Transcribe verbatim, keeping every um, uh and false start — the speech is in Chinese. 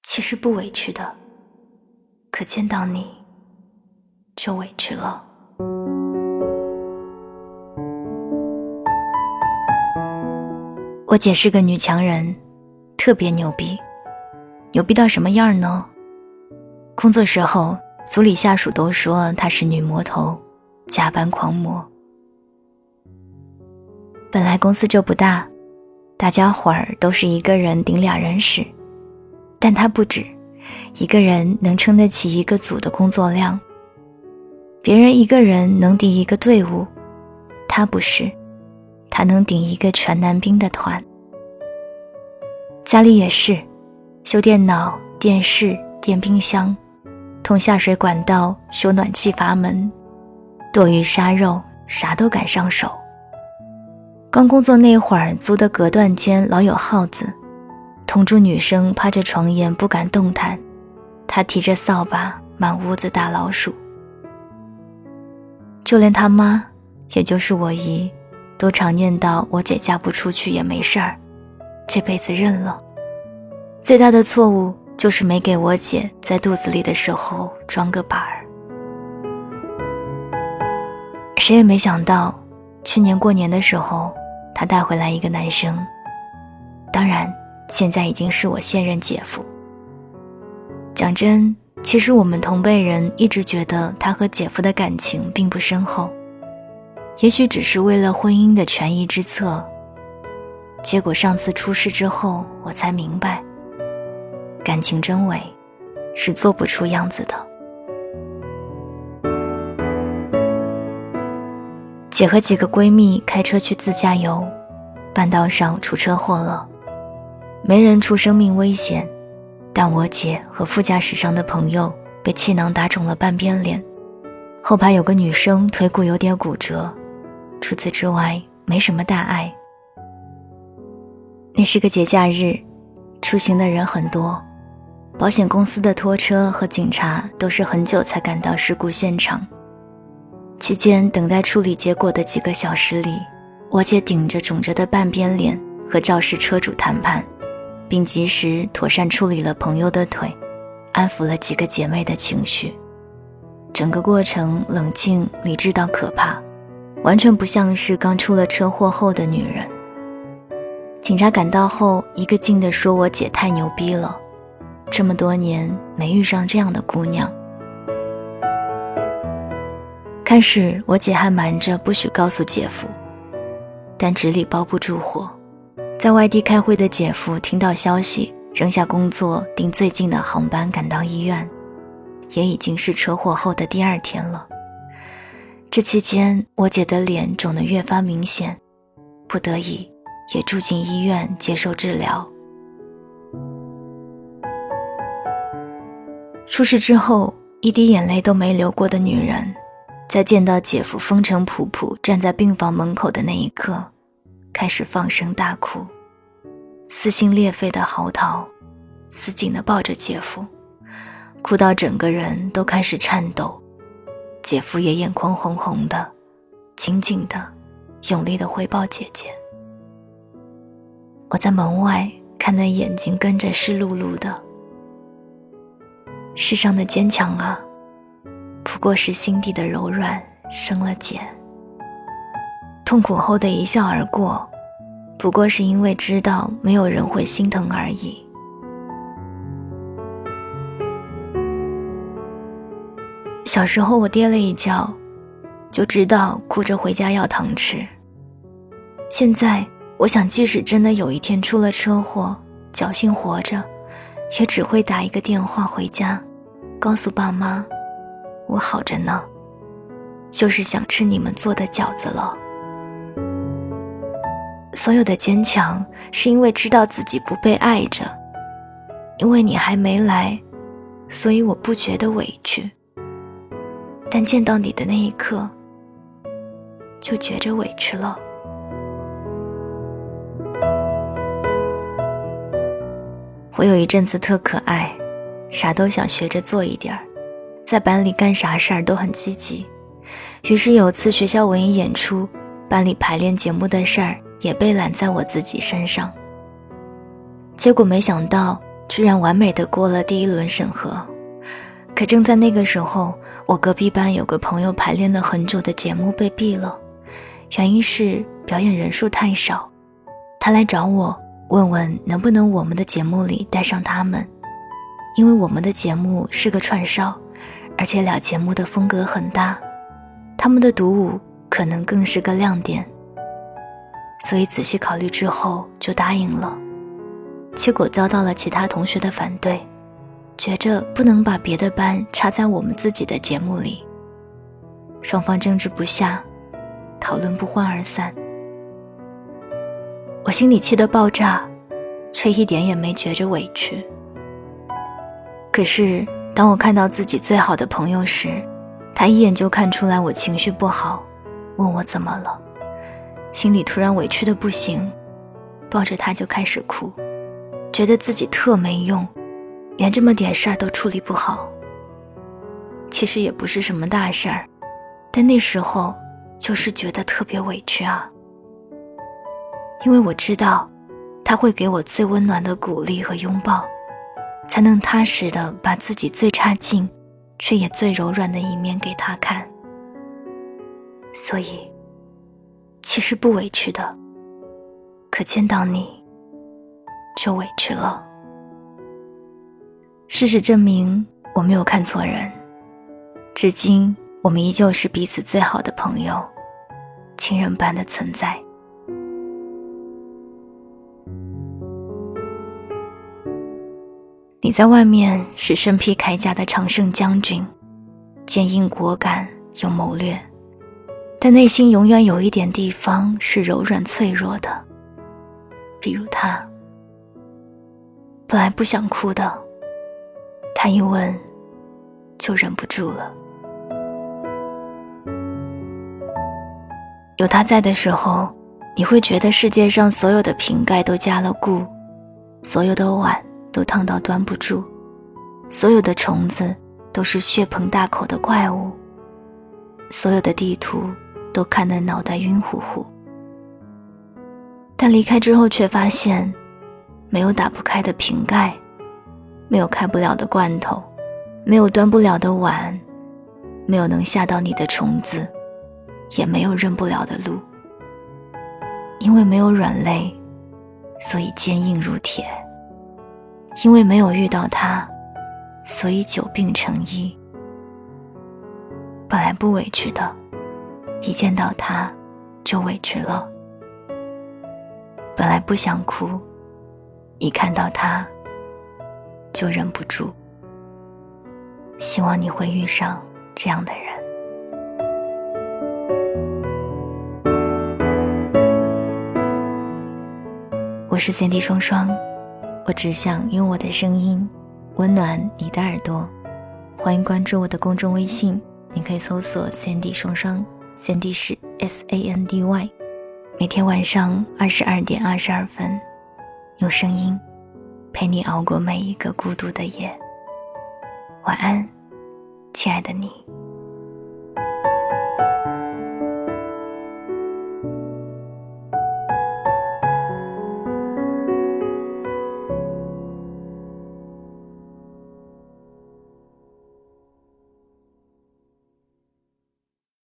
其实不委屈的，可见到你就委屈了。我姐是个女强人，特别牛逼。牛逼到什么样呢？工作时候，组里下属都说她是女魔头，加班狂魔。本来公司就不大，大家伙儿都是一个人顶俩人使，但她不止，一个人能撑得起一个组的工作量。别人一个人能顶一个队伍，她不是，她能顶一个全男兵的团。家里也是，修电脑、电视、电冰箱，通下水管道、修暖气阀门，剁鱼杀肉，啥都敢上手。刚工作那会儿，租的隔断间老有耗子，同住女生趴着床沿不敢动弹，她提着扫把满屋子打老鼠。就连他妈，也就是我姨，都常念叨我姐嫁不出去也没事儿，这辈子认了。最大的错误就是没给我姐在肚子里的时候装个板儿。谁也没想到，去年过年的时候，她带回来一个男生，当然现在已经是我现任姐夫。讲真，其实我们同辈人一直觉得他和姐夫的感情并不深厚，也许只是为了婚姻的权宜之策。结果上次出事之后，我才明白，感情真伪是做不出样子的。姐和几个闺蜜开车去自驾游，半道上出车祸了，没人出生命危险，但我姐和副驾驶上的朋友被气囊打肿了半边脸，后排有个女生腿骨有点骨折，除此之外没什么大碍。那是个节假日，出行的人很多，保险公司的拖车和警察都是很久才赶到事故现场。期间等待处理结果的几个小时里，我姐顶着肿着的半边脸和肇事车主谈判，并及时妥善处理了朋友的腿，安抚了几个姐妹的情绪。整个过程冷静理智到可怕，完全不像是刚出了车祸后的女人。警察赶到后，一个劲地说我姐太牛逼了，这么多年没遇上这样的姑娘。开始我姐还瞒着不许告诉姐夫，但纸里包不住火。在外地开会的姐夫听到消息，扔下工作订最近的航班赶到医院，也已经是车祸后的第二天了。这期间我姐的脸肿得越发明显，不得已也住进医院接受治疗。出事之后，一滴眼泪都没流过的女人，在见到姐夫风尘仆仆站在病房门口的那一刻，开始放声大哭，撕心裂肺的嚎啕，死紧地抱着姐夫，哭到整个人都开始颤抖。姐夫也眼眶红红的，紧紧地用力地回抱姐姐。我在门外看那眼睛跟着湿漉漉的。世上的坚强啊，不过是心底的柔软生了茧。痛苦后的一笑而过，不过是因为知道没有人会心疼而已。小时候我跌了一跤，就知道哭着回家要糖吃。现在我想，即使真的有一天出了车祸，侥幸活着，也只会打一个电话回家，告诉爸妈，我好着呢，就是想吃你们做的饺子了。所有的坚强，是因为知道自己不被爱着，因为你还没来，所以我不觉得委屈。但见到你的那一刻，就觉着委屈了。我有一阵子特可爱，啥都想学着做一点儿，在班里干啥事儿都很积极。于是有次学校文艺演出，班里排练节目的事儿也被揽在我自己身上。结果没想到居然完美地过了第一轮审核。可正在那个时候，我隔壁班有个朋友排练了很久的节目被毙了，原因是表演人数太少。他来找我问问能不能我们的节目里带上他们，因为我们的节目是个串烧，而且俩节目的风格很大，他们的独舞可能更是个亮点。所以仔细考虑之后就答应了，结果遭到了其他同学的反对，觉着不能把别的班插在我们自己的节目里。双方争执不下，讨论不欢而散。我心里气得爆炸，却一点也没觉着委屈。可是当我看到自己最好的朋友时，他一眼就看出来我情绪不好，问我怎么了，心里突然委屈得不行，抱着他就开始哭，觉得自己特没用，连这么点事儿都处理不好。其实也不是什么大事儿，但那时候就是觉得特别委屈啊。因为我知道他会给我最温暖的鼓励和拥抱，才能踏实地把自己最差劲却也最柔软的一面给他看。所以其实不委屈的，可见到你就委屈了。事实证明我没有看错人，至今我们依旧是彼此最好的朋友，亲人般的存在。你在外面是身披铠甲的常胜将军，坚硬果敢有谋略，但内心永远有一点地方是柔软脆弱的。比如他本来不想哭的，他一问就忍不住了。有他在的时候，你会觉得世界上所有的瓶盖都加了固，所有的碗都烫到端不住，所有的虫子都是血盆大口的怪物，所有的地图都看得脑袋晕乎乎。但离开之后却发现，没有打不开的瓶盖，没有开不了的罐头，没有端不了的碗，没有能吓到你的虫子，也没有认不了的路。因为没有软肋，所以坚硬如铁。因为没有遇到他，所以久病成医。本来不委屈的，一见到他就委屈了。本来不想哭，一看到他就忍不住。希望你会遇上这样的人。我是 Sandy 双双，我只想用我的声音温暖你的耳朵。欢迎关注我的公众微信，你可以搜索 Sandy 双双， Sandy 是 S A N D Y。 每天晚上二十二点二十二分，用声音陪你熬过每一个孤独的夜。晚安，亲爱的你。